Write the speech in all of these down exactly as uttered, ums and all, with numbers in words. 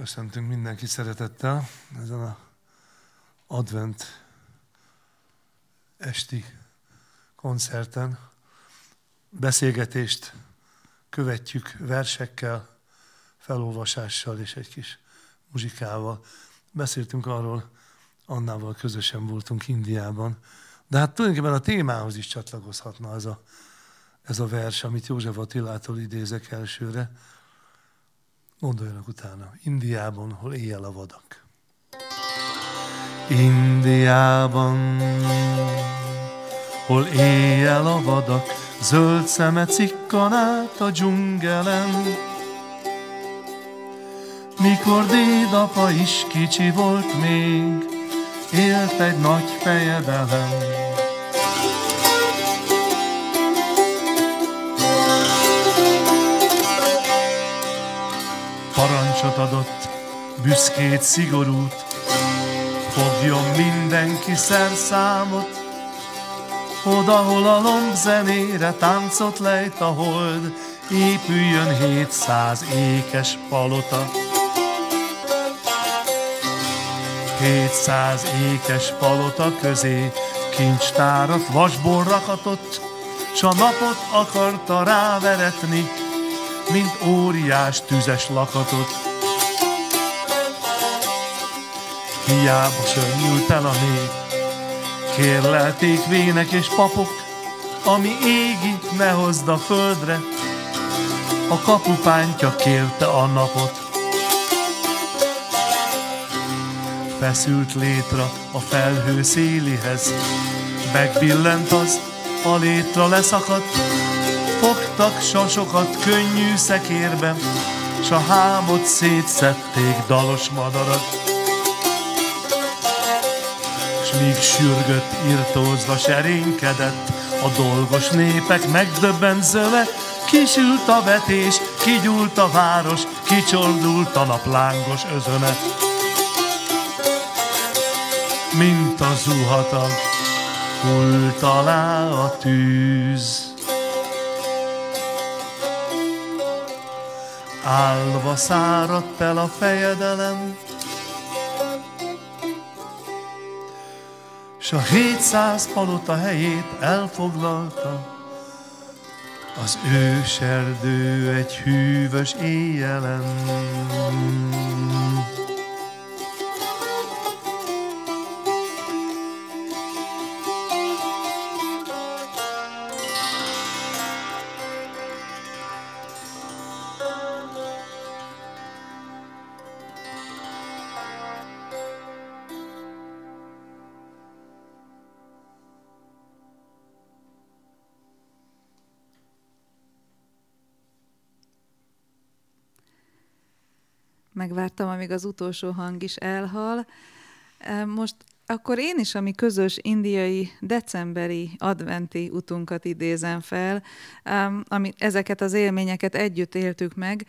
Köszöntünk mindenki szeretettel ezen a advent esti koncerten. Beszélgetést követjük versekkel, felolvasással és egy kis muzsikával. Beszéltünk arról, Annával közösen voltunk Indiában, de hát tulajdonképpen a témához is csatlakozhatna ez a, ez a vers, amit József Attilától idézek elsőre. Gondoljanak utána. Indiában, hol éjjel a vadak. Indiában, hol éjjel a vadak, zöld szeme cikkan át a dzsungelen. Mikor dédapa is kicsi volt még, élt egy nagy fejedelem. Parancsot adott, büszkét, szigorút, fogjon mindenki szerszámot, oda, hol a lombzenére táncot lejt a hold, épüljön hétszáz ékes palota. Hétszáz ékes palota közé kincstárat, vasból rakatott, s a napot akarta ráveretni, mint óriás tüzes lakatot. Hiába sönnyült el a nép, kérlelték vének és papok, ami égi ne hozd a földre, a kapupántja kérte a napot. Feszült létra a felhő szélihez, megbillent az, a létra leszakadt, fogtak sasokat könnyű szekérbe, s a hámot szétszedték dalos madarat. S míg sürgött, irtózva serénykedett, a dolgos népek megdöbbenzöle, kisült a vetés, kigyúlt a város, kicsoldult a nap lángos özöne. Mint a zuhatag, hult alá a tűz. Állva száradt el a fejedelem, s a hétszáz palota helyét elfoglalta az őserdő egy hűvös éjjelen. Megvártam, amíg az utolsó hang is elhal. Most akkor én is a mi közös indiai decemberi adventi utunkat idézem fel, ami, ezeket az élményeket együtt éltük meg.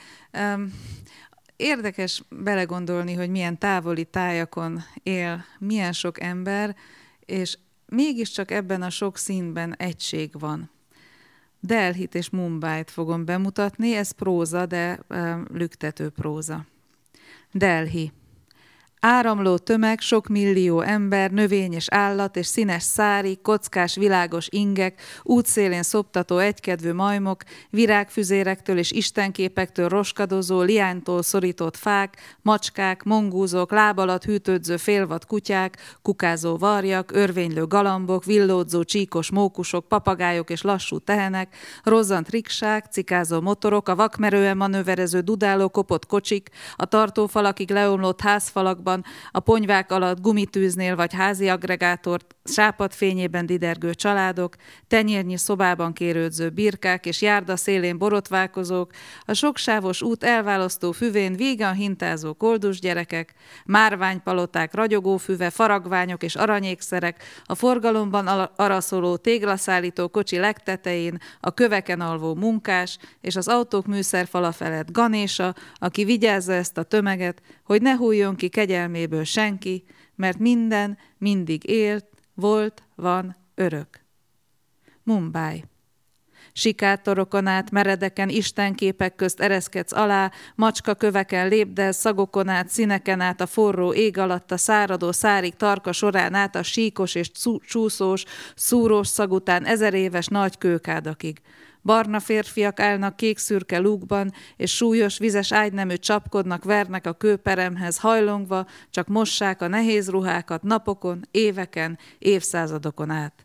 Érdekes belegondolni, hogy milyen távoli tájakon él milyen sok ember, és mégiscsak ebben a sok színben egység van. Delhit és Mumbait fogom bemutatni, ez próza, de lüktető próza. Delhi. Áramló tömeg, sok millió ember, növény és állat és színes szári, kockás, világos ingek, útszélén szoptató egykedvű majmok, virágfüzérektől és istenképektől roskadozó, liánytól szorított fák, macskák, mongúzók, láb alatt hűtődző félvad kutyák, kukázó varjak, örvénylő galambok, villódzó csíkos mókusok, papagájok és lassú tehenek, rozzant riksák, cikázó motorok, a vakmerően manőverező dudáló kopott kocsik, a tartófalakig leomlott házfalakban, a ponyvák alatt gumitűznél vagy házi aggregátort sápad fényében didergő családok, tenyérnyi szobában kérődző birkák és járda szélén borotválkozók, a soksávos út elválasztó füvén vígan hintázó koldus gyerekek, márványpaloták ragyogó füve, faragványok és aranyékszerek, a forgalomban araszoló téglaszállító kocsi legtetején a köveken alvó munkás és az autók műszerfala felett Ganésa, aki vigyázza ezt a tömeget, hogy ne hulljon ki kegyelméből senki, mert minden mindig élt, volt, van, örök. Mumbai. Sikátorokon át, meredeken, istenképek közt ereszkedsz alá, macska köveken lépdel, szagokon át, színeken át, a forró ég alatt, a száradó szárig tarka során át, a síkos és csúszós, szúrós szag után ezer éves nagy kőkádakig. Barna férfiak állnak kékszürke lúgban, és súlyos, vizes ágynemű csapkodnak, vernek a kőperemhez, hajlongva, csak mossák a nehéz ruhákat napokon, éveken, évszázadokon át.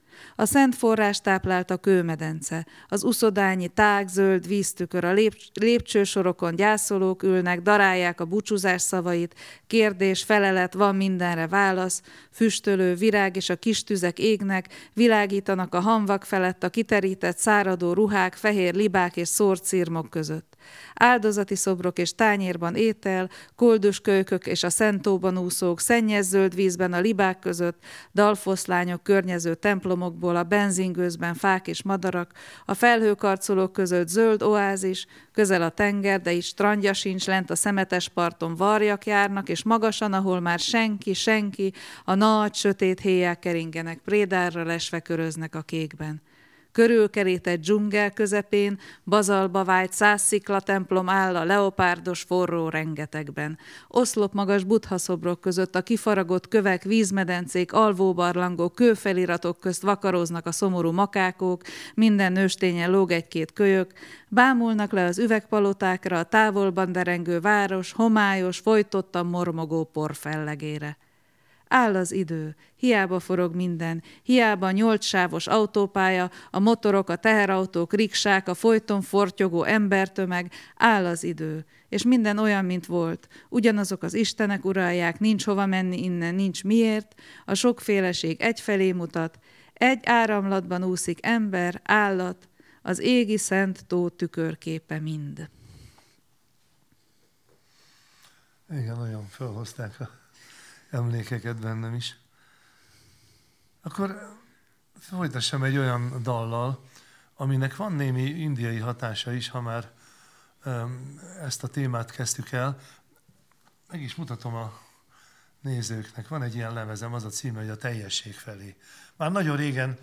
A szent forrás táplált a kőmedence, az uszodányi tág, zöld víztükör, a lép- lépcsősorokon gyászolók ülnek, darálják a búcsúzás szavait, kérdés, felelet, van mindenre válasz, füstölő, virág és a kis tüzek égnek, világítanak a hamvak felett a kiterített, száradó ruhák, fehér libák és szórt szirmok között. Áldozati szobrok és tányérban étel, koldus kölykök és a szentóban úszók, szennyes zöld vízben a libák között, dalfoszlányok környező templomokból, a benzingőzben fák és madarak, a felhőkarcolók között zöld oázis, közel a tenger, de így strandja sincs, lent a szemetes parton varjak járnak, és magasan, ahol már senki, senki, a nagy, sötét héják keringenek, prédárra lesve köröznek a kékben. Körülkerített dzsungel közepén, bazalba vájt száz szikla templom áll a leopárdos forró rengetegben. Oszlop magas buddha szobrok között a kifaragott kövek, vízmedencék, alvóbarlangok, kőfeliratok közt vakaroznak a szomorú makákók, minden nőstényen lóg egy-két kölyök, bámulnak le az üvegpalotákra a távolban derengő város, homályos, folytottan mormogó porfellegére. Áll az idő, hiába forog minden, hiába a nyolcsávos autópálya, a motorok, a teherautók, riksák, a folyton fortyogó embertömeg, áll az idő, és minden olyan, mint volt. Ugyanazok az istenek uralják, nincs hova menni innen, nincs miért, a sokféleség egyfelé mutat, egy áramlatban úszik ember, állat, az égi szent tó tükörképe mind. Igen, nagyon felhozták a emlékeket bennem is. Akkor folytassam egy olyan dallal, aminek van némi indiai hatása is, ha már um, ezt a témát kezdtük el. Meg is mutatom a nézőknek. Van egy ilyen lemezem, az a címe, hogy a teljesség felé. Már nagyon régen,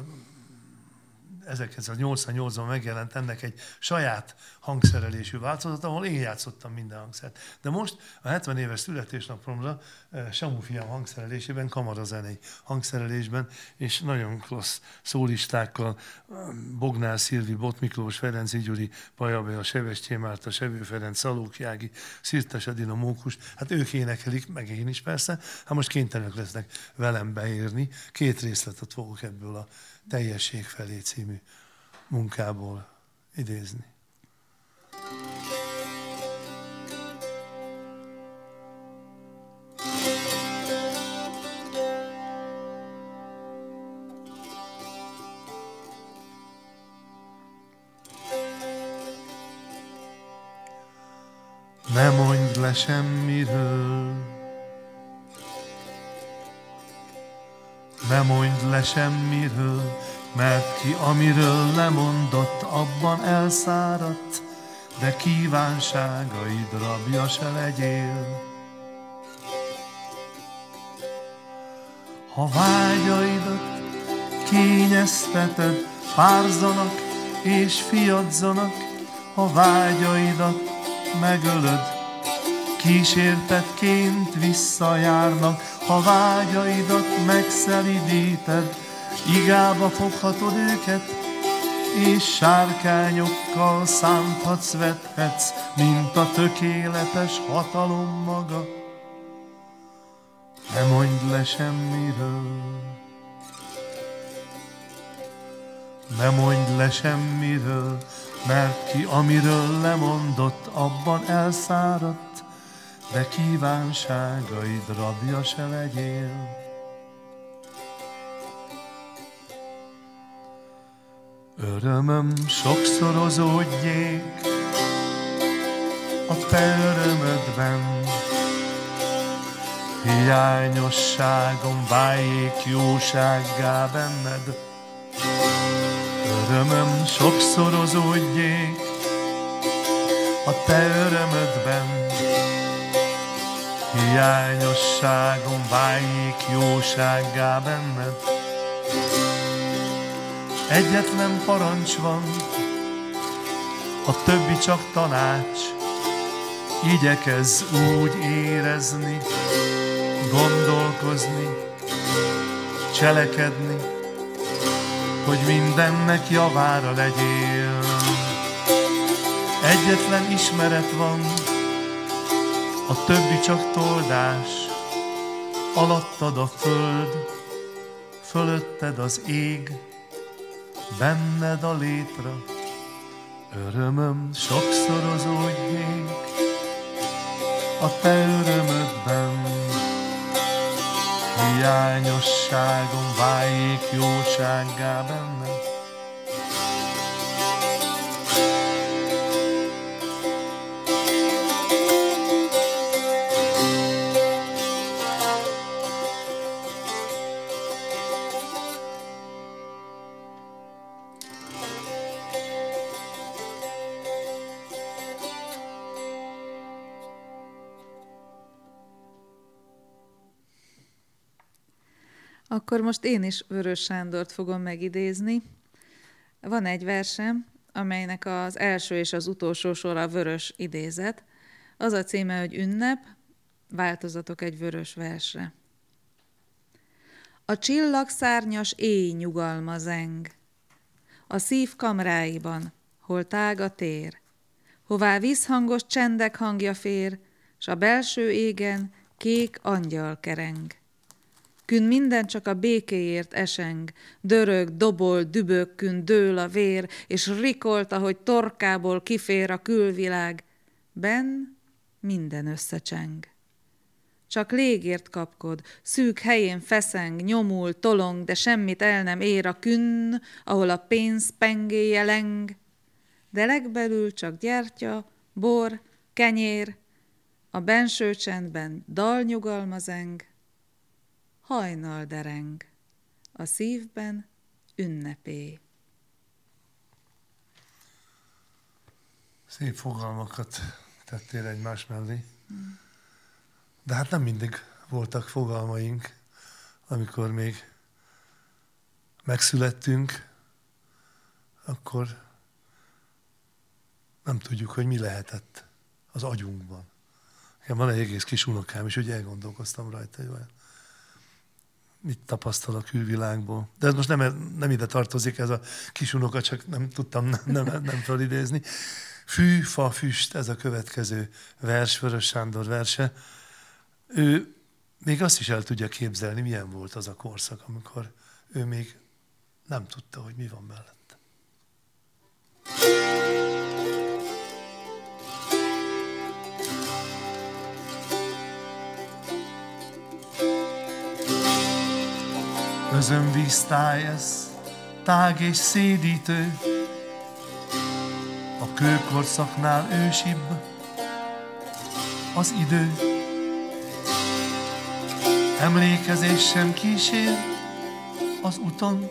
ezerkilencszáznyolcvannyolcban megjelent ennek egy saját hangszerelésű változat, ahol én játszottam minden hangszert. De most a hetven éves születésnapomra Samu fiam hangszerelésében, kamarazenei hangszerelésben, és nagyon klassz szólistákkal, Bognár Szilvi, Bot Miklós, Ferenc Gyuri, Pajabe, Sebestyén Márta, Sevő Ferenc, Szalók Jági, Szirtes Edina Mókus, hát ők énekelik, meg én is persze, hát most kénytelenek lesznek velem beérni. Két részletet fogok ebből a Teljesség felé című munkából idézni. Ne mondj le semmiről, ne mondj le semmiről, mert ki amiről lemondott, abban elszáradt, de kívánságaid rabja se legyél. Ha vágyaidat kényezteted, párzanak és fiadzanak, ha vágyaidat megölöd, kísértetként visszajárnak, ha vágyaidat megszelidíted, igába foghatod őket, és sárkányokkal szánthatsz, vethetsz, mint a tökéletes hatalom maga. Ne mondj le semmiről, ne mondj le semmiről, mert ki amiről lemondott, abban elszáradt, de kívánságaid rabja se legyél. Örömöm sokszorozódjék a te örömödben, hiányosságom váljék jósággá benned. Örömöm sokszorozódjék a te örömödben, hiányosságom váljék jósággá benned. egyetlen parancs van, a többi csak tanács. Igyekezz úgy érezni, gondolkozni, cselekedni, hogy mindennek javára legyél. Egyetlen ismeret van, a többi csak toldás. Alattad a föld, fölötted az ég, benned a létre, örömöm sokszorozódjék a te örömödben. Hiányosságom váljék jósággá benne. Akkor most én is Vörös Sándort fogom megidézni. Van egy versem, amelynek az első és az utolsó sora vörös idézet. Az a címe, hogy Ünnep, változatok egy vörös versre. A csillagszárnyas éj nyugalma zeng, a szív kamráiban, hol tág a tér, hová vízhangos csendek hangja fér, s a belső égen kék angyal kereng. Kün minden csak a békéért eseng, dörög, dobol, dübög, kün dől a vér, és rikolt, ahogy torkából kifér a külvilág, benn minden összecseng. Csak légért kapkod, szűk helyén feszeng, nyomul, tolong, de semmit el nem ér a künn, ahol a pénz pengéje leng, de legbelül csak gyertya, bor, kenyér, a benső csendben dalnyugalma zeng, hajnal dereng, a szívben ünnepé. Szép fogalmakat tettél egymás mellé. De hát nem mindig voltak fogalmaink, amikor még megszülettünk, akkor nem tudjuk, hogy mi lehetett az agyunkban. Van egy egész kis unokám is, hogy elgondolkoztam rajta, hogy olyan mit tapasztal a külvilágból. De ez most nem, nem ide tartozik ez a kis unoka, csak nem tudtam nem, nem, nem felidézni. Fű, fa, füst, ez a következő vers, Vörös Sándor verse. Ő még azt is el tudja képzelni, milyen volt az a korszak, amikor ő még nem tudta, hogy mi van mellette. Özönvíztáj ez, tág és szédítő, a kőkorszaknál ősibb az idő. Emlékezés sem kísér az úton,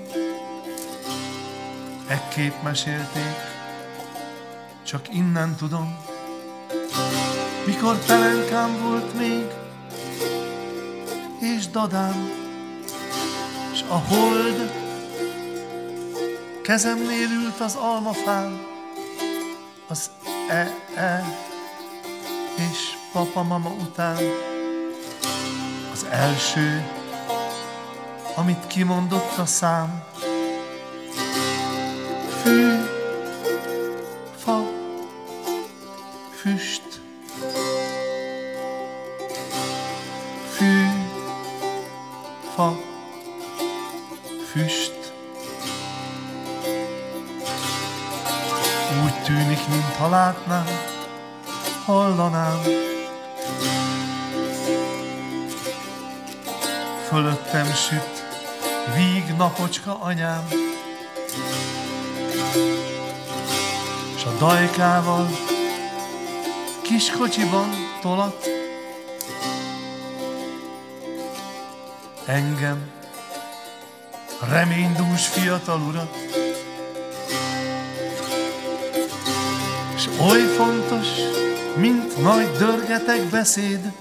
ekképp mesélték, csak innen tudom, mikor pelenkám volt még, és dadám, s a hold kezemnél ült az almafán, az e-e és papa-mama után. Az első, amit kimondott a szám, fű, fa, füst, fű, fa, füst. Úgy tűnik, mintha látnám, hallanám, fölöttem süt víg napocska anyám, s a dajkával kiskocsiban tolat engem, reménydús fiatal urat. S oly fontos, mint nagy dörgeteg beszéd,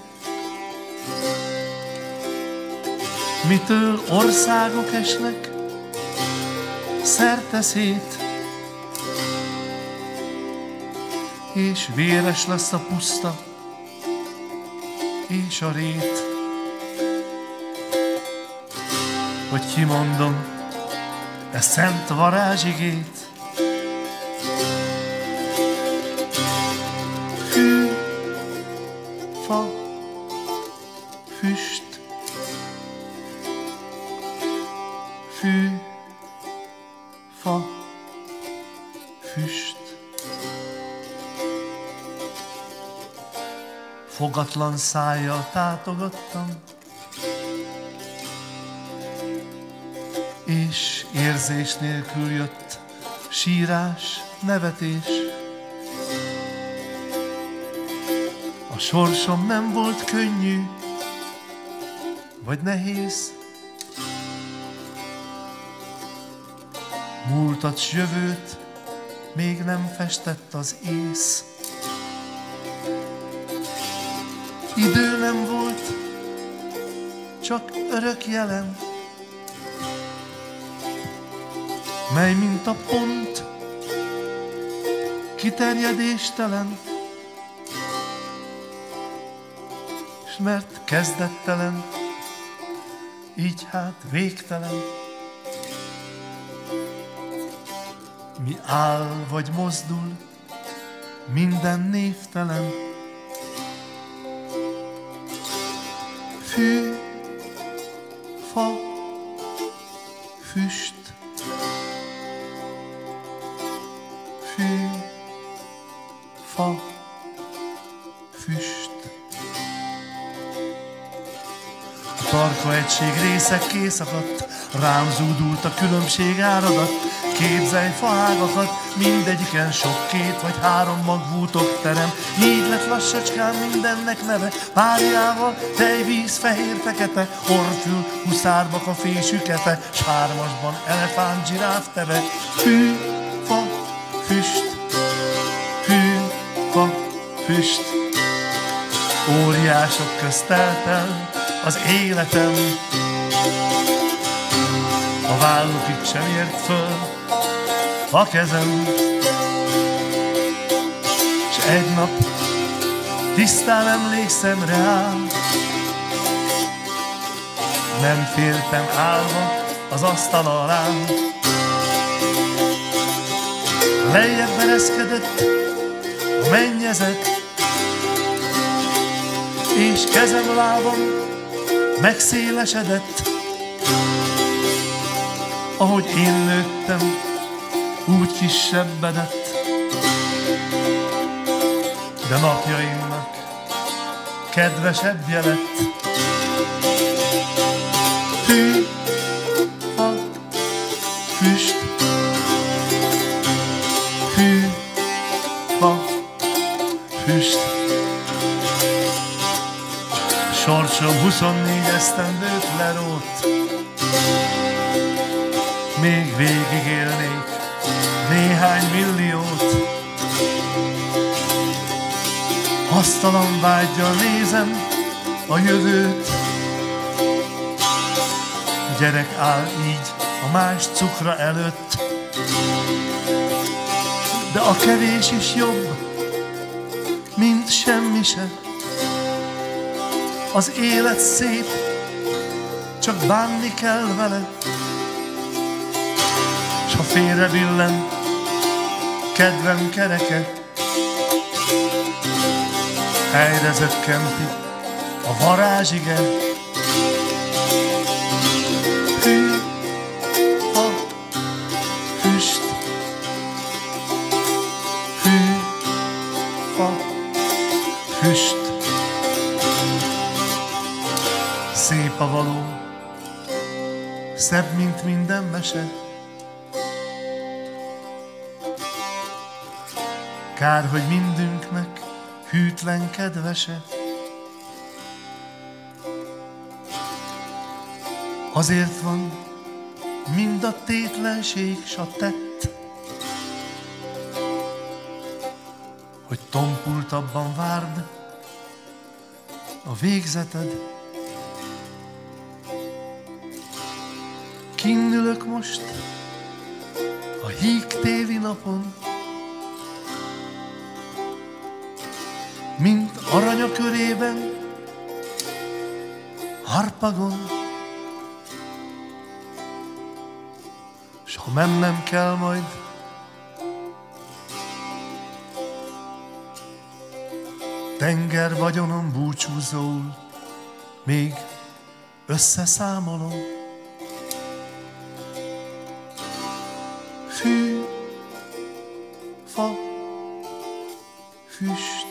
mitől országok esnek, szerte szét, és véres lesz a puszta és a rét. Hogy kimondom e szent varázsigét, hű, fa, füst, fű, fa, füst. Fogatlan szájjal tátogattam, és érzés nélkül jött sírás, nevetés. A sorsom nem volt könnyű, vagy nehéz, múltat s jövőt még nem festett az ész. Idő nem volt, csak örök jelen, mely mint a pont, kiterjedéstelen, s mert kezdettelen, így hát végtelen. Mi áll vagy mozdul, minden névtelen. Fű, fa, füst, fű, fa, füst. A tarka egység részek készakadt, rám zúdult a különbség áradat. Képzelj faágakat, mindegyiken sok két vagy három magvútok terem. Így lett lassacskán mindennek neve, párjával tejvíz, fehér, fekete, orrfül, huszárbak a fésükete, s hármasban elefánt, zsiráf teve. Fű, fa, füst, fű, fa, füst. Óriások közt telt el az életem, a vállukig sem ért föl a kezem, s egy nap tisztán emlékszem rám, nem féltem állva az asztal alán. Lejjebb ereszkedett a mennyezet, és kezem, lábam megszélesedett. Ahogy én nőttem, úgy kisebbedett, de napjaimnak kedvesebbje lett. Fű, fa, füst, fű, fa, füst. Sorsom huszonnégy esztendőt lerótt, még végig élnék néhány milliót. Hasztalan vággyal nézem a jövőt, gyerek áll így a más cukra előtt. De a kevés is jobb, mint semmi se. Az élet szép, csak bánni kell vele. S ha félre billen kedvem kereke, helyre zökkenti a varázsige. Fű, fa, füst, fű, fa, füst. Szép a való, szebb, mint minden mese. Kár, hogy mindünknek hűtlen kedvese. Azért van mind a tétlenség s a tett, hogy tompultabban várd a végzeted. Kinn ülök most híg téli napon, mint arany a körében, harpagon. S ha mennem kell majd, tenger vagyonon búcsúzóul, még összeszámolom. Fű, fa, füst.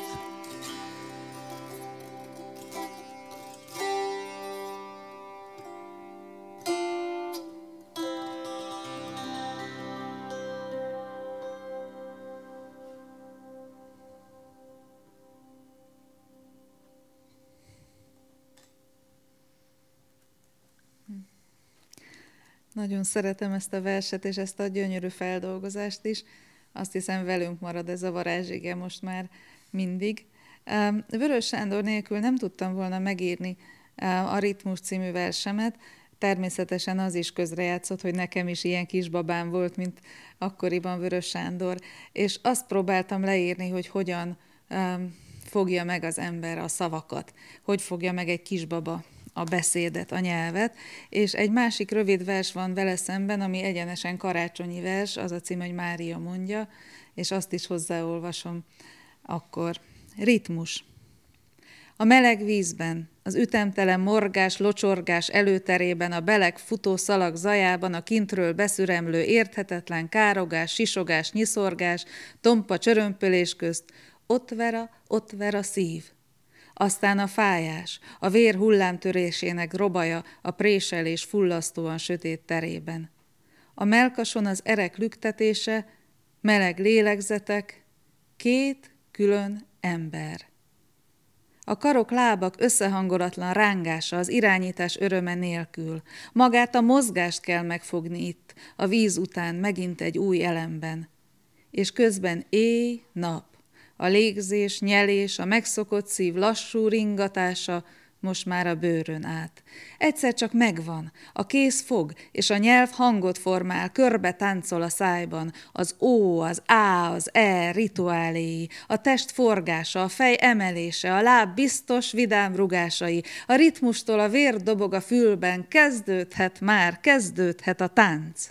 Nagyon szeretem ezt a verset, és ezt a gyönyörű feldolgozást is. Azt hiszem, velünk marad ez a varázsige most már mindig. Vörös Sándor nélkül nem tudtam volna megírni a Ritmus című versemet. Természetesen az is közrejátszott, hogy nekem is ilyen kisbabám volt, mint akkoriban Vörös Sándor. És azt próbáltam leírni, hogy hogyan fogja meg az ember a szavakat, hogy fogja meg egy kisbaba a beszédet, a nyelvet, és egy másik rövid vers van vele szemben, ami egyenesen karácsonyi vers, az a cím, hogy Mária mondja, és azt is hozzáolvasom akkor. Ritmus. A meleg vízben, az ütemtelen morgás, locsorgás előterében, a beleg futó szalag zajában, a kintről beszüremlő érthetetlen károgás, sisogás, nyiszorgás, tompa csörömpölés közt, ott ver a, ott ver a szív. Aztán a fájás, a vér hullámtörésének robaja a préselés fullasztóan sötét terében. A mellkason az erek lüktetése, meleg lélegzetek, két külön ember. A karok, lábak összehangolatlan rángása az irányítás öröme nélkül. Magát a mozgást kell megfogni itt, a víz után megint egy új elemben. És közben éj, nap. A légzés, nyelés, a megszokott szív lassú ringatása most már a bőrön át. Egyszer csak megvan, a kéz fog, és a nyelv hangot formál, körbe táncol a szájban, az ó, az á, az e rituáléi, a test forgása, a fej emelése, a láb biztos, vidám rugásai, a ritmustól a vér dobog a fülben, kezdődhet már, kezdődhet a tánc.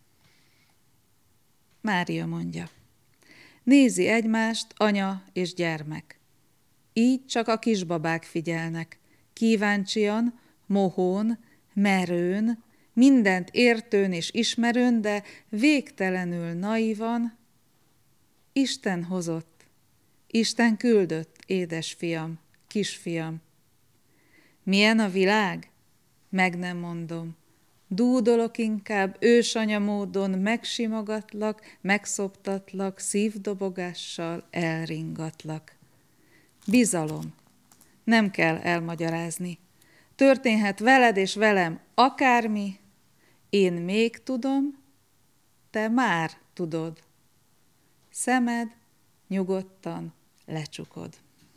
Mária mondja. Nézi egymást anya és gyermek. Így csak a kisbabák figyelnek. Kíváncsian, mohón, merőn, mindent értőn és ismerőn, de végtelenül naivan. Isten hozott, Isten küldött, édesfiam, kisfiam. Milyen a világ? Meg nem mondom. Dúdolok inkább ősanya módon, megsimogatlak, megszoptatlak, szívdobogással elringatlak. Bizalom. Nem kell elmagyarázni. Történhet veled és velem akármi, én még tudom, te már tudod. Szemed nyugodtan lecsukod.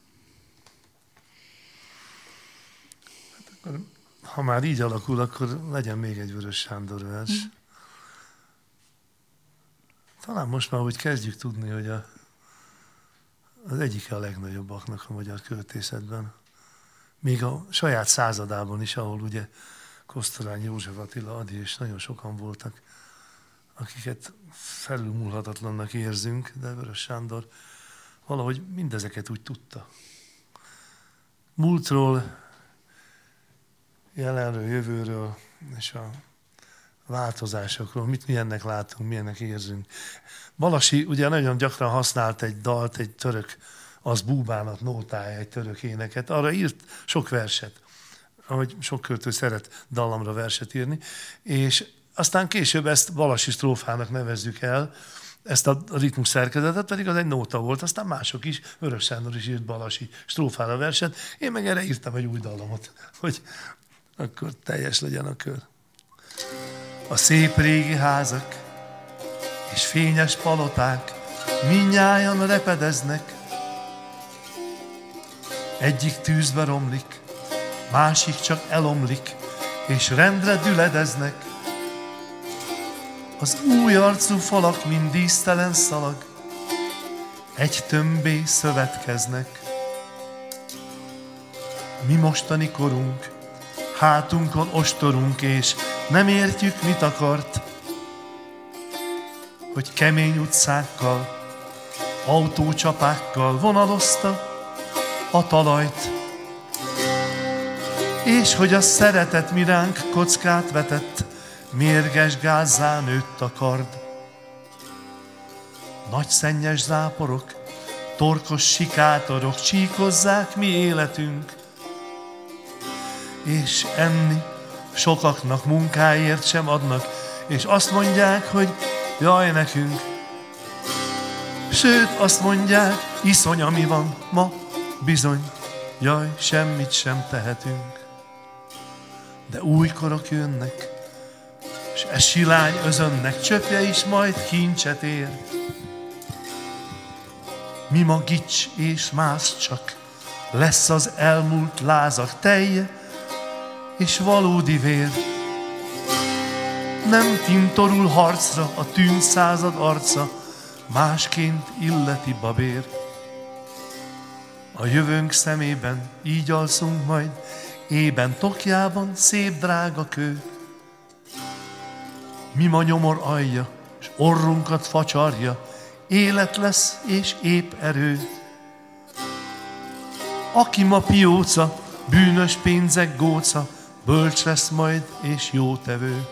Ha már így alakul, akkor legyen még egy Vörös Sándor vers. Mm. Talán most már úgy kezdjük tudni, hogy a, az egyike a legnagyobbaknak a magyar költészetben. Még a saját századában is, ahol ugye Kosztolányi József Attila, Ady és nagyon sokan voltak, akiket felülmúlhatatlannak érzünk, de Vörös Sándor valahogy mindezeket úgy tudta. Múltról, jelenről, jövőről és a változásokról, mit milyennek látunk, milyennek érzünk. Balasi ugye nagyon gyakran használt egy dalt, egy török, az búbánat nótája, egy török éneket. Arra írt sok verset, ahogy sok költő szeret dallamra verset írni, és aztán később ezt balasi strófának nevezzük el, ezt a ritmus szerkezetet, pedig az egy nóta volt, aztán mások is, Vörös Sándor is írt balasi strófára verset, én meg erre írtam egy új dallamot, hogy akkor teljes legyen a kör. A szép régi házak és fényes paloták mindnyájan repedeznek. Egyik tűzbe romlik, másik csak elomlik, és rendre düledeznek. Az új arcú falak mind dísztelen szalag, egy tömbé szövetkeznek. Mi mostani korunk, hátunkon ostorunk, és nem értjük, mit akart, hogy kemény utcákkal, autócsapákkal vonalozta a talajt, és hogy a szeretet miránk kockát vetett, mérges gázzá nőtt a kard. Nagy szennyes záporok, torkos sikátorok csíkozzák mi életünk, és enni sokaknak munkáért sem adnak, és azt mondják, hogy jaj nekünk. Sőt, azt mondják, iszony, ami van ma, bizony, jaj, semmit sem tehetünk. De új korok jönnek, s e silány özönnek csöpje is majd kincset ér. Mi ma gics és más csak, lesz az elmúlt lázak telje, és valódi vér. Nem tintorul harcra a tűnt század arca, másként illeti babér. A jövőnk szemében így alszunk majd, ében tokjában szép drága kő. Mi ma nyomor alja, s orrunkat facsarja, élet lesz és épp erő. Aki ma pióca, bűnös pénzek góca, bölcs lesz majd és jótevő.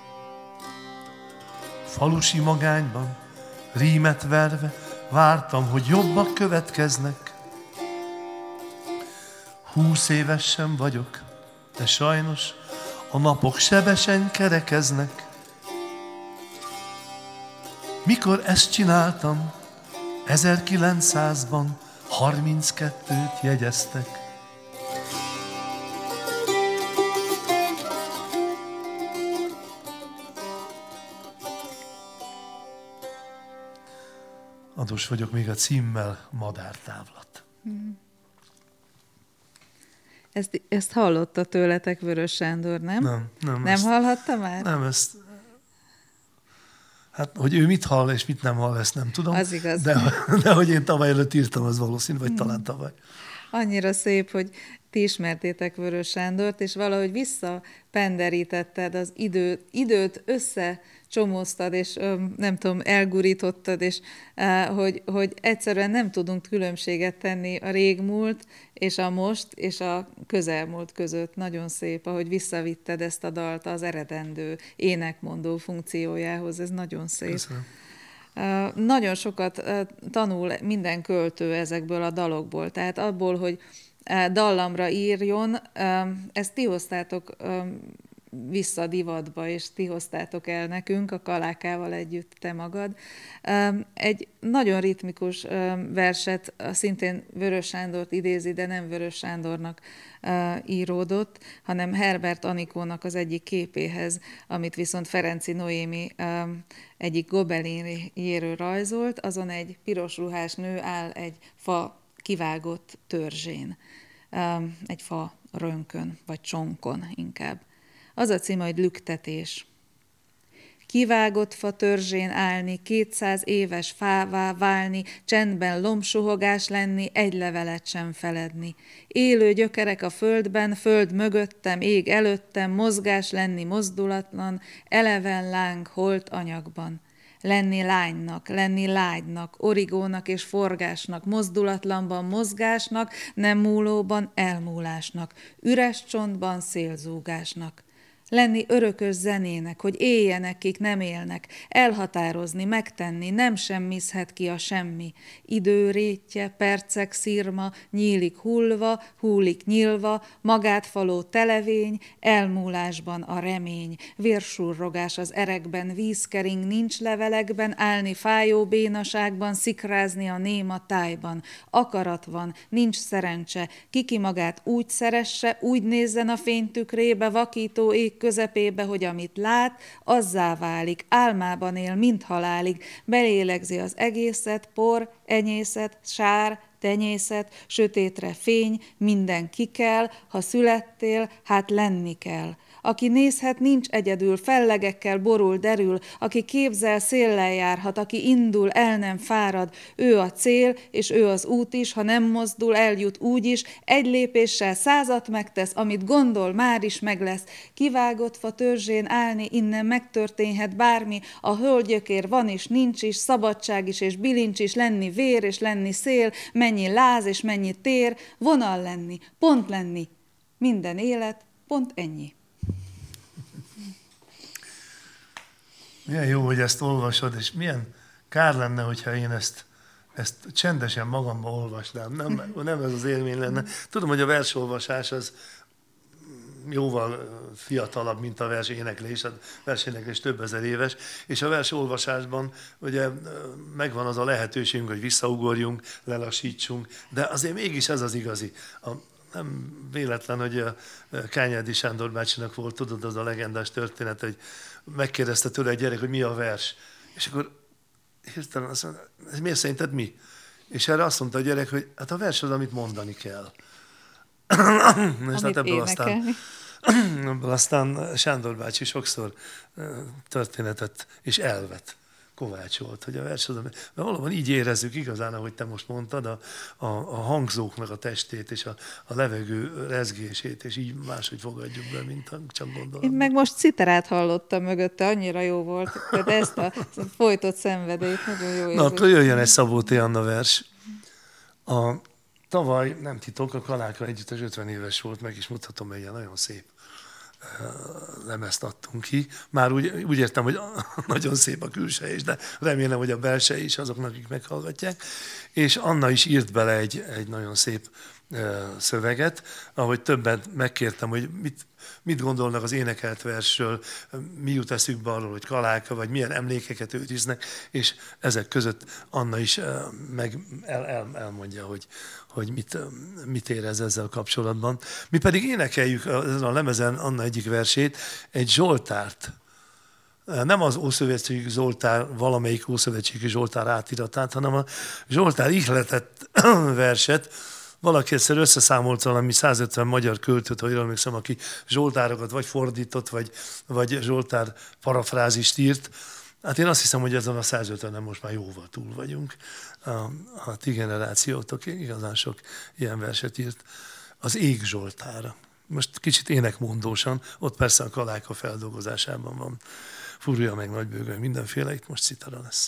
Falusi magányban, rímet verve, vártam, hogy jobbak következnek. Húsz éves sem vagyok, de sajnos a napok sebesen kerekeznek. Mikor ezt csináltam, ezerkilencszázban harminckettőt jegyeztek. Adós vagyok még a címmel Madártávlat. Ezt, ezt hallotta tőletek Vörös Sándor, nem? Nem, nem. Nem ezt, hallhatta már? Nem, ezt... Hát, hogy ő mit hall és mit nem hall, ezt nem tudom. Az igaz. De, de hogy én tavaly előtt írtam, az valószínű, vagy hmm. talán tavaly. Annyira szép, hogy ti ismertétek Vörös Sándort, és valahogy visszapenderítetted az időt, időt összecsomóztad, és nem tudom, elgurítottad, és hogy, hogy egyszerűen nem tudunk különbséget tenni a régmúlt, és a most, és a közelmúlt között. Nagyon szép, ahogy visszavitted ezt a dalt az eredendő énekmondó funkciójához. Ez nagyon szép. Köszönöm. Uh, nagyon sokat uh, tanul minden költő ezekből a dalokból. Tehát abból, hogy uh, dallamra írjon, uh, ezt ti hoztátok uh, vissza divatba, és ti hoztátok el nekünk, a Kalákával együtt, te magad. Uh, egy nagyon ritmikus uh, verset, uh, szintén Vörös Sándort idézi, de nem Vörös Sándornak uh, íródott, hanem Herbert Anikónak az egyik képéhez, amit viszont Ferenczy Noémi uh, egyik gobelinjéről rajzolt, azon egy piros ruhás nő áll egy fa kivágott törzsén, um, egy fa rönkön, vagy csonkon inkább. Az a címe, hogy Lüktetés. Kivágott fa törzsén állni, kétszáz éves fává válni, csendben lombsuhogás lenni, egy levelet sem feledni. Élő gyökerek a földben, föld mögöttem, ég előttem, mozgás lenni mozdulatlan, eleven láng holt anyagban. Lenni lánynak, lenni lágynak, origónak és forgásnak, mozdulatlanban mozgásnak, nem múlóban elmúlásnak, üres csontban szélzúgásnak. Lenni örökös zenének, hogy éljenek, kik nem élnek, elhatározni, megtenni, nem semmizhet ki a semmi. Idő rétje, percek szirma, nyílik hullva, húlik nyílva, magát faló televény, elmúlásban a remény, vérsurrogás az erekben, vízkering nincs levelekben, állni fájó bénaságban, szikrázni a néma tájban. Akarat van, nincs szerencse, kiki magát úgy szeresse, úgy nézzen a fénytükrébe, vakító ég közepébe, hogy amit lát, azzá válik, álmában él, mint halálig, belélegzi az egészet, por, enyészet, sár, tenyészet, sötétre fény, minden ki kell, ha születtél, hát lenni kell. Aki nézhet, nincs egyedül, fellegekkel borul, derül, aki képzel, széllel járhat, aki indul, el nem fárad, ő a cél, és ő az út is, ha nem mozdul, eljut úgy is, egy lépéssel százat megtesz, amit gondol, már is meg lesz. Kivágott fa törzsén állni, innen megtörténhet bármi, a hölgyökér van is, nincs is, szabadság is, és bilincs is, lenni vér, és lenni szél, mennyi láz, és mennyi tér, vonal lenni, pont lenni, minden élet, pont ennyi. Milyen jó, hogy ezt olvasod, és milyen kár lenne, hogyha én ezt, ezt csendesen magamban olvasnám. Nem, nem ez az élmény lenne. Tudom, hogy a versolvasás az jóval fiatalabb, mint a vers éneklés. A vers éneklés több ezer éves, és a versolvasásban ugye megvan az a lehetőségünk, hogy visszaugorjunk, lelassítsunk, de azért mégis ez az igazi. A, nem véletlen, hogy a Kányádi Sándor bácsinak volt, tudod, az a legendás történet, hogy megkérdezte tőle egy gyerek, hogy mi a vers. És akkor hirtelen azt mondta, ez miért szerinted mi? És erre azt mondta a gyerek, hogy hát a vers az, amit mondani kell. És hát ebből aztán, ebből aztán Sándor bácsi sokszor történetet és elvet kovácsolt, hogy a vers az, mert valóban így érezzük igazán, ahogy te most mondtad, a, a, a hangzóknak a testét és a, a levegő rezgését, és így máshogy fogadjuk be, mint csak gondolom. Én meg most citerát hallottam mögötte, annyira jó volt, de ezt a folytott szenvedélyt, nagyon jó érzés. Na, akkor jöjjön egy Szabó T. Anna vers. A, tavaly, nem titok, a Kaláka Együttes ötven éves volt, meg is mutatom, egy ilyen nagyon szép lemezt adtunk ki. Már úgy, úgy értem, hogy nagyon szép a külse is, de remélem, hogy a belse is azoknak, akik meghallgatják. És Anna is írt bele egy, egy nagyon szép szöveget, ahogy többen megkértem, hogy mit, mit gondolnak az énekelt versről, mi jut eszükbe arról, hogy Kaláka, vagy milyen emlékeket őriznek, és ezek között Anna is meg el, el, elmondja, hogy, hogy mit, mit érez ezzel kapcsolatban. Mi pedig énekeljük ezen a lemezen Anna egyik versét, egy Zsoltárt. Nem az Ószövetségi Zsoltár, valamelyik Ószövetségi Zsoltár átiratát, hanem a Zsoltár ihletett verset. Valaki egyszer összeszámolt valami százötven magyar költőt, ha jól emlékszem, aki zsoltárokat vagy fordított, vagy, vagy zsoltár parafrázist írt. Hát én azt hiszem, hogy ezen a százötvenen most már jóval túl vagyunk. A, a ti generációtok igazán sok ilyen verset írt. Az Ég Zsoltára. Most kicsit énekmondósan, ott persze a Kaláka feldolgozásában van. Furulja meg nagybőgő, mindenféle, itt most citara lesz.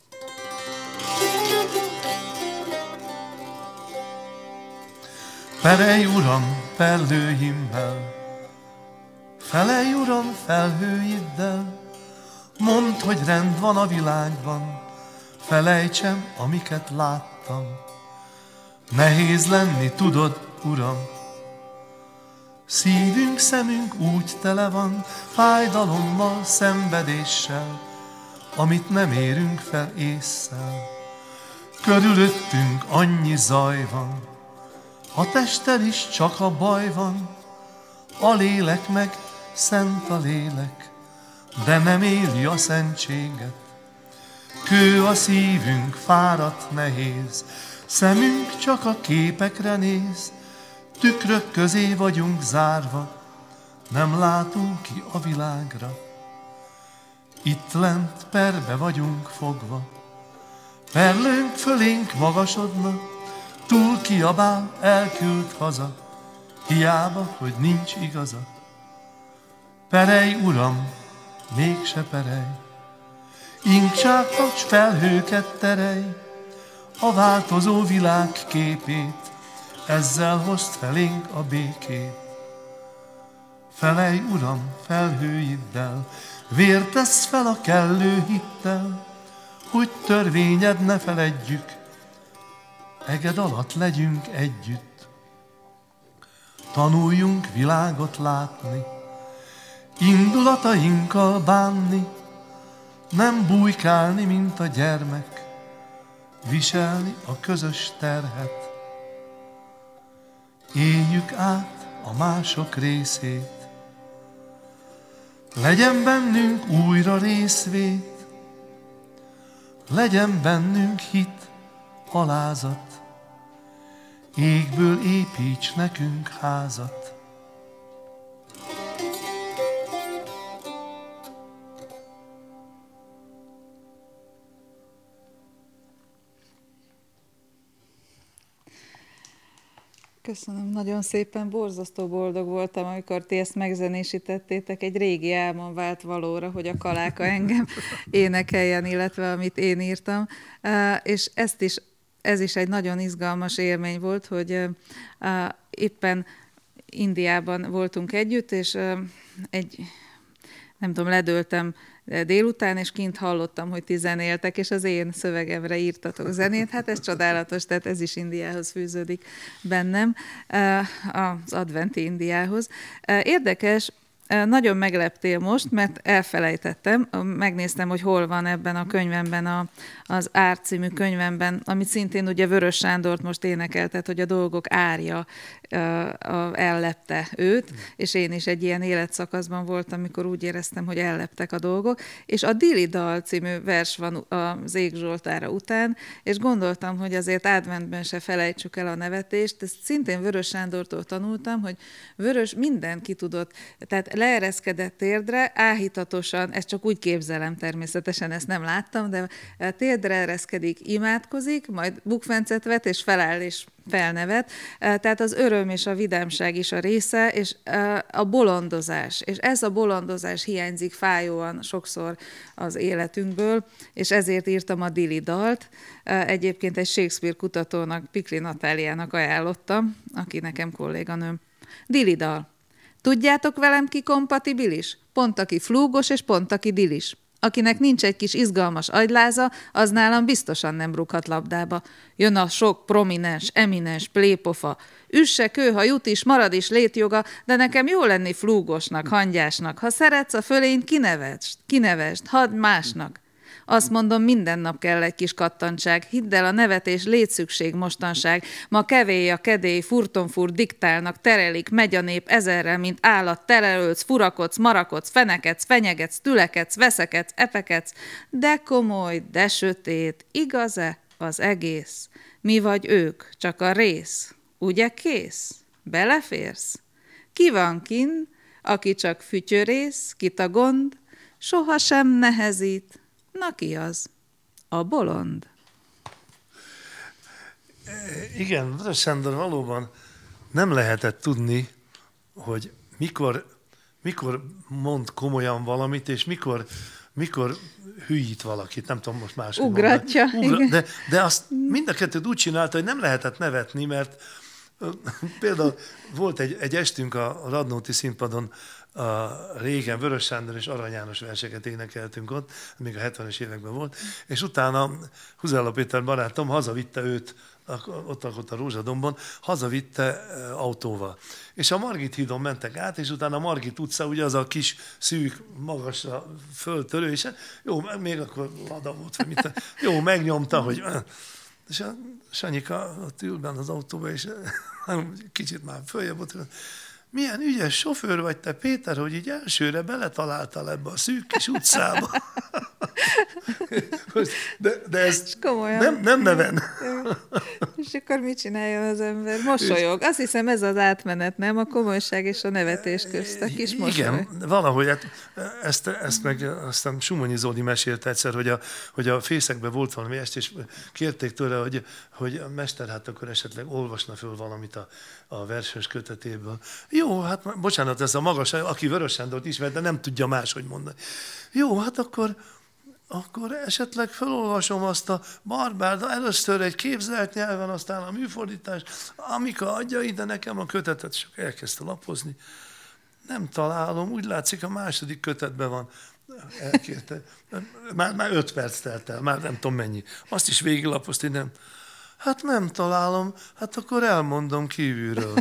Felej, Uram, felhőimmel, felej, Uram, felhőiddel, mondd, hogy rend van a világban, felejtsem, amiket láttam. Nehéz lenni, tudod, Uram, szívünk, szemünk úgy tele van, fájdalommal, szenvedéssel, amit nem érünk fel ésszel. Körülöttünk annyi zaj van, a testtel is csak a baj van, a lélek meg szent a lélek, de nem éli a szentséget. Kő a szívünk, fáradt, nehéz, szemünk csak a képekre néz, tükrök közé vagyunk zárva, nem látunk ki a világra. Itt lent perbe vagyunk fogva, perlőnk fölénk magasodna, túl kiabál, elküld haza, hiába, hogy nincs igaza. Perej, Uram, mégse perej, inkcsákos felhőket terej, a változó világ képét, ezzel hozd felénk a békét. Felej, Uram, felhőiddel, vért tesz fel a kellő hittel, hogy törvényed ne feledjük, eged alatt legyünk együtt. Tanuljunk világot látni, indulatainkkal bánni, nem bujkálni, mint a gyermek, viselni a közös terhet. Éljük át a mások részét, legyen bennünk újra részvét, legyen bennünk hit, alázat, égből építs nekünk házat. Köszönöm, nagyon szépen, borzasztó boldog voltam, amikor ti ezt megzenésítettétek. Egy régi álmom vált valóra, hogy a Kaláka engem énekeljen, illetve amit én írtam. És ezt is, ez is egy nagyon izgalmas élmény volt, hogy éppen Indiában voltunk együtt, és egy, nem tudom, ledöltem délután, és kint hallottam, hogy ti zenéltek, és az én szövegemre írtatok zenét. Hát ez csodálatos, tehát ez is Indiához fűződik bennem, az adventi Indiához. Érdekes, nagyon megleptél most, mert elfelejtettem, megnéztem, hogy hol van ebben a könyvemben, a, az Ár című könyvemben, amit szintén ugye Vörös Sándort most énekeltet, hogy a dolgok árja ellepte őt, és én is egy ilyen életszakaszban voltam, amikor úgy éreztem, hogy elleptek a dolgok, és a Dili dal című vers van az Ég Zsoltára után, és gondoltam, hogy azért adventben se felejtsük el a nevetést, ezt szintén Vörös Sándortól tanultam, hogy Vörös mindenki tudott, tehát leereszkedett térdre, áhítatosan, ezt csak úgy képzelem természetesen, ezt nem láttam, de térdre ereszkedik, imádkozik, majd bukfencet vet, és feláll, és felnevet. Tehát az öröm és a vidámság is a része, és a bolondozás. És ez a bolondozás hiányzik fájóan sokszor az életünkből, és ezért írtam a Dili dalt. Egyébként egy Shakespeare kutatónak, Pikli Natáliának ajánlottam, aki nekem kolléganőm. Dili dal. Tudjátok velem, ki kompatibilis? Pont aki flúgos, és pont aki dilis. Akinek nincs egy kis izgalmas agyláza, az nálam biztosan nem rúghat labdába. Jön a sok prominens, eminens plépofa. Üsse kő, ha jut is, marad is létjoga, de nekem jó lenni flúgosnak, hangyásnak. Ha szeretsz a fölényt, kinevesd, kinevesd, hadd másnak. Azt mondom, minden nap kell egy kis kattantság. Hidd el, a nevetés létszükség mostanság. Ma kevély a kedély, furtonfur diktálnak, terelik, megy a nép ezerrel, mint állat, terelődsz, furakodsz, marakodsz, fenekedsz, fenyegetsz, tülekedsz, veszekedsz, epekedsz. De komoly, de sötét, igaz-e az egész? Mi vagy ők, csak a rész? Ugye kész? Beleférsz? Ki van kin, aki csak fütyörész, kit a gond, sohasem nehezít? Na ki az? A bolond. Igen, Vörös Sándor valóban nem lehetett tudni, hogy mikor, mikor mond komolyan valamit, és mikor, mikor hülyít valakit, nem tudom most máshogy Ugratja. Ugra, de, de azt mind a kettőt úgy csinálta, hogy nem lehetett nevetni, mert például volt egy, egy estünk a Radnóti színpadon, a régen Vörös Sándor és Arany János verseket énekeltünk ott, még a hetvenes években volt, és utána Huzella Péter barátom hazavitte őt, ott lakott a Rózsadombon, hazavitte autóval. És a Margit hídon mentek át, és utána a Margit utca, ugye az a kis szűk, magasra föltörő, és jó, még akkor lada volt, vagy mit, jó, megnyomta, hogy... És a Sanyika ott ül benne az autóba, és kicsit már följebb volt, milyen ügyes sofőr vagy te, Péter, hogy így elsőre beletaláltál ebbe a szűk kis utcába. De, de ez nem, nem neven. És akkor mit csináljon az ember? Mosolyog. Azt hiszem ez az átmenet, nem? A komolyság és a nevetés közt, a kis mosoly. Igen, valahogy hát ezt, ezt meg aztán Sumonyi Zoldi mesélte egyszer, hogy a, hogy a fészekben volt valami est, és kérték tőle, hogy, hogy a mester hát akkor esetleg olvasna föl valamit a, a verses kötetéből. Jó, hát bocsánat, ez a magas, aki Vörös Sándort ismer, de nem tudja máshogy mondani. Jó, hát akkor, akkor esetleg felolvasom azt a Barbárda, először egy képzelt nyelven, aztán a műfordítás, Amika adja ide nekem a kötetet, és elkezdte lapozni. Nem találom, úgy látszik a második kötetben van. Elkérte. Már, már öt perc telt el, már nem tudom mennyi. Azt is végiglapozta, nem. Hát nem találom, hát akkor elmondom kívülről.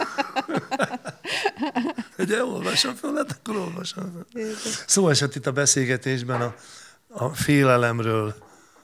Ugye olvasom fel, hát akkor olvasom fel. Szó esett itt a beszélgetésben a, a félelemről,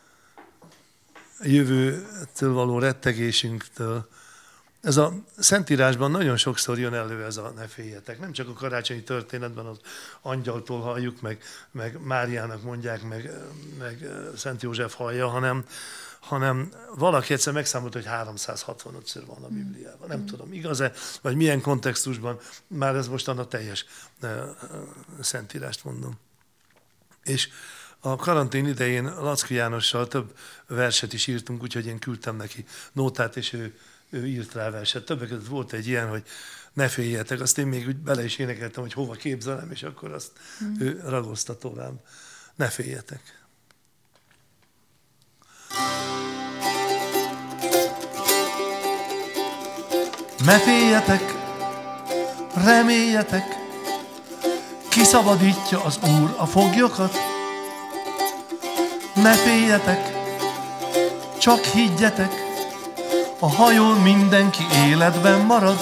a jövőtől való rettegésünktől. Ez a Szentírásban nagyon sokszor jön elő ez a ne féljetek. Nem csak a karácsonyi történetben az angyaltól halljuk, meg, meg Máriának mondják, meg, meg Szent József hallja, hanem, hanem valaki egyszer megszámolt, hogy háromszázhatvanötször van a Bibliában. Nem mm. tudom, igaz-e, vagy milyen kontextusban, már ez mostan a teljes uh, szentírást mondom. És a karantén idején Laczky Jánossal több verset is írtunk, úgyhogy én küldtem neki nótát, és ő, ő írt rá verset. Többek között volt egy ilyen, hogy ne féljetek, azt én még úgy bele is énekeltem, hogy hova képzelem, és akkor azt mm. ő ragozta tovább. Ne féljetek. Ne féljetek, reméljetek, kiszabadítja az Úr a foglyokat. Ne féljetek, csak higgyetek, a hajón mindenki életben marad.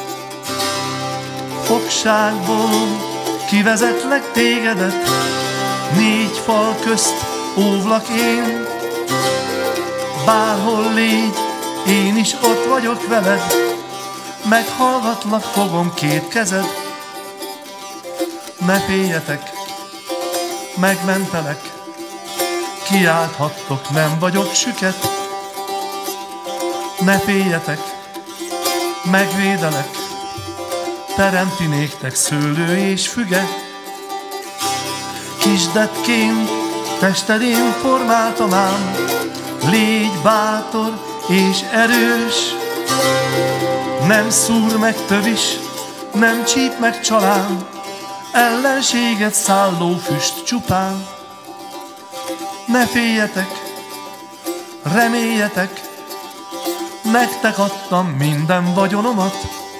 Fogságból kivezetlek tégedet, négy fal közt óvlak én. Bárhol légy, én is ott vagyok veled, meghallgatlak, fogom két kezed. Ne féljetek, megmentelek, kiálthattok, nem vagyok süket. Ne féljetek, megvédelek, teremti néktek szőlő és füge. Kisdetként tested én formáltam ám, légy bátor és erős. Nem szúr meg tövis, nem csíp meg csalán, ellenséget szálló füst csupán. Ne féljetek, reméljetek, nektek adtam minden vagyonomat.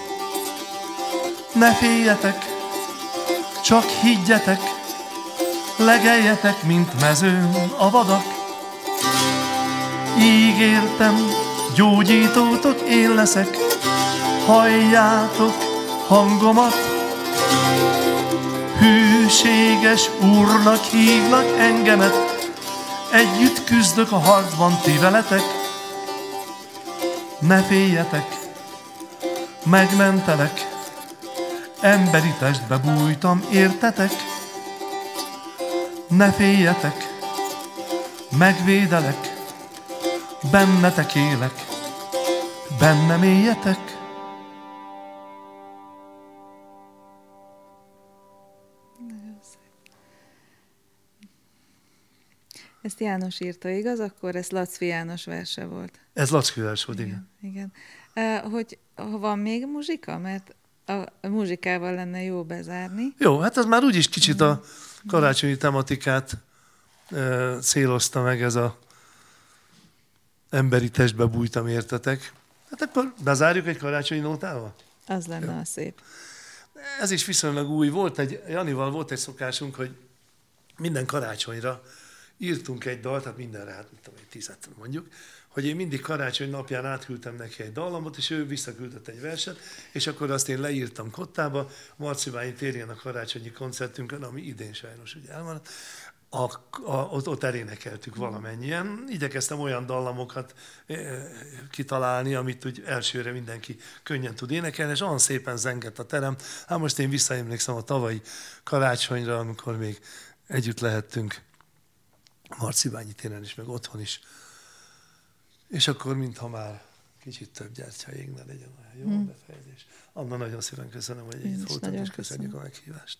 Ne féljetek, csak higgyetek, legeljetek, mint mezőn a vadak. Ígértem, gyógyítótok én leszek, halljátok hangomat. Hűséges Úrnak hívnak engemet, együtt küzdök a harcban ti veletek. Ne féljetek, megmentelek, emberi testbe bújtam, értetek? Ne féljetek, megvédelek, bennetek élek, bennem éljetek. Ezt János írta, igaz? Akkor ez Laczky János verse volt. Ez Laczky vers volt, igen. Igen. igen. Uh, hogy van még muzsika? Mert a muzsikával lenne jó bezárni. Jó, hát ez már úgyis kicsit a karácsonyi tematikát uh, célozta meg, ez a emberi testbe bújtam, értetek. Hát akkor bezárjuk egy karácsonyi nótával? Az lenne jó. A szép. Ez is viszonylag új. Volt egy, Janival volt egy szokásunk, hogy minden karácsonyra írtunk egy dalt, hát mindenre, hát mit tudom, egy tízet mondjuk, hogy én mindig karácsony napján átküldtem neki egy dallamot, és ő visszaküldött egy verset, és akkor azt én leírtam Kottába, Marcibányi térjén a karácsonyi koncertünkön, ami idén sajnos ugye elmaradt, a, a, ott, ott elénekeltük valamennyien. Igyekeztem olyan dallamokat e, kitalálni, amit úgy elsőre mindenki könnyen tud énekelni, és olyan szépen zengett a terem. Hát most én visszaemlékszem a tavalyi karácsonyra, amikor még együtt lehettünk Marcibányi téren is, meg otthon is. És akkor, mintha már kicsit több gyertya égne, legyen olyan jó hmm. befejezés. Anna, nagyon szépen köszönöm, hogy itt voltam, és köszönjük a meghívást.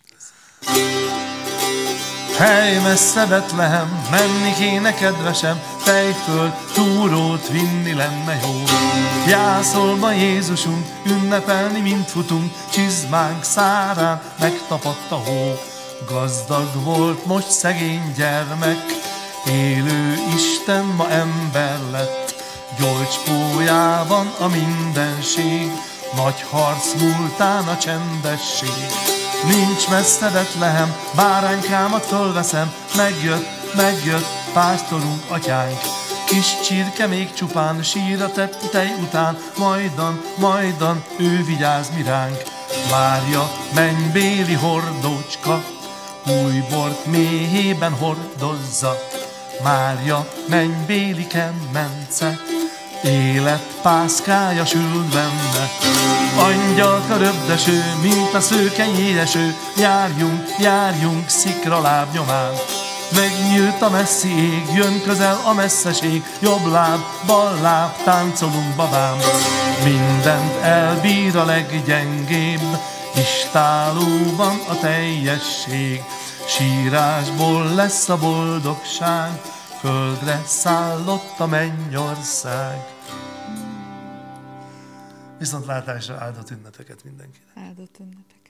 Hely messze Betlehem, menni kéne kedvesem, fejföld túrót vinni lenne jó. Jászolba Jézusunk, ünnepelni mint futunk, csizmánk szárán megtapadt a hó. Gazdag volt most szegény gyermek, élő Isten ma ember lett. Gyolcspójában a mindenség, nagy harc múltán a csendesség. Nincs messze Betlehem, báránykámat fölveszem, megjött, megjött pásztorunk, atyánk. Kis csirke még csupán sír a tej után, majdan, majdan ő vigyáz mi ránk. Várja mennybéli hordócska, új bort méhében hordozza. Mária mennybéli kemence, élet pászkája sül benne. Angyalka röpdeső, mint a szőke nyíreső, járjunk, járjunk szikra lábnyomán. Megnyílt a messzi ég, jön közel a messzeség, jobb láb, bal láb, táncolunk babám. Mindent elbír a leggyengébb, istálóban a teljesség. Sírásból lesz a boldogság, földre szállott a mennyország. Viszontlátásra, áldott ünnepeket mindenkinek! Áldott ünnepeket!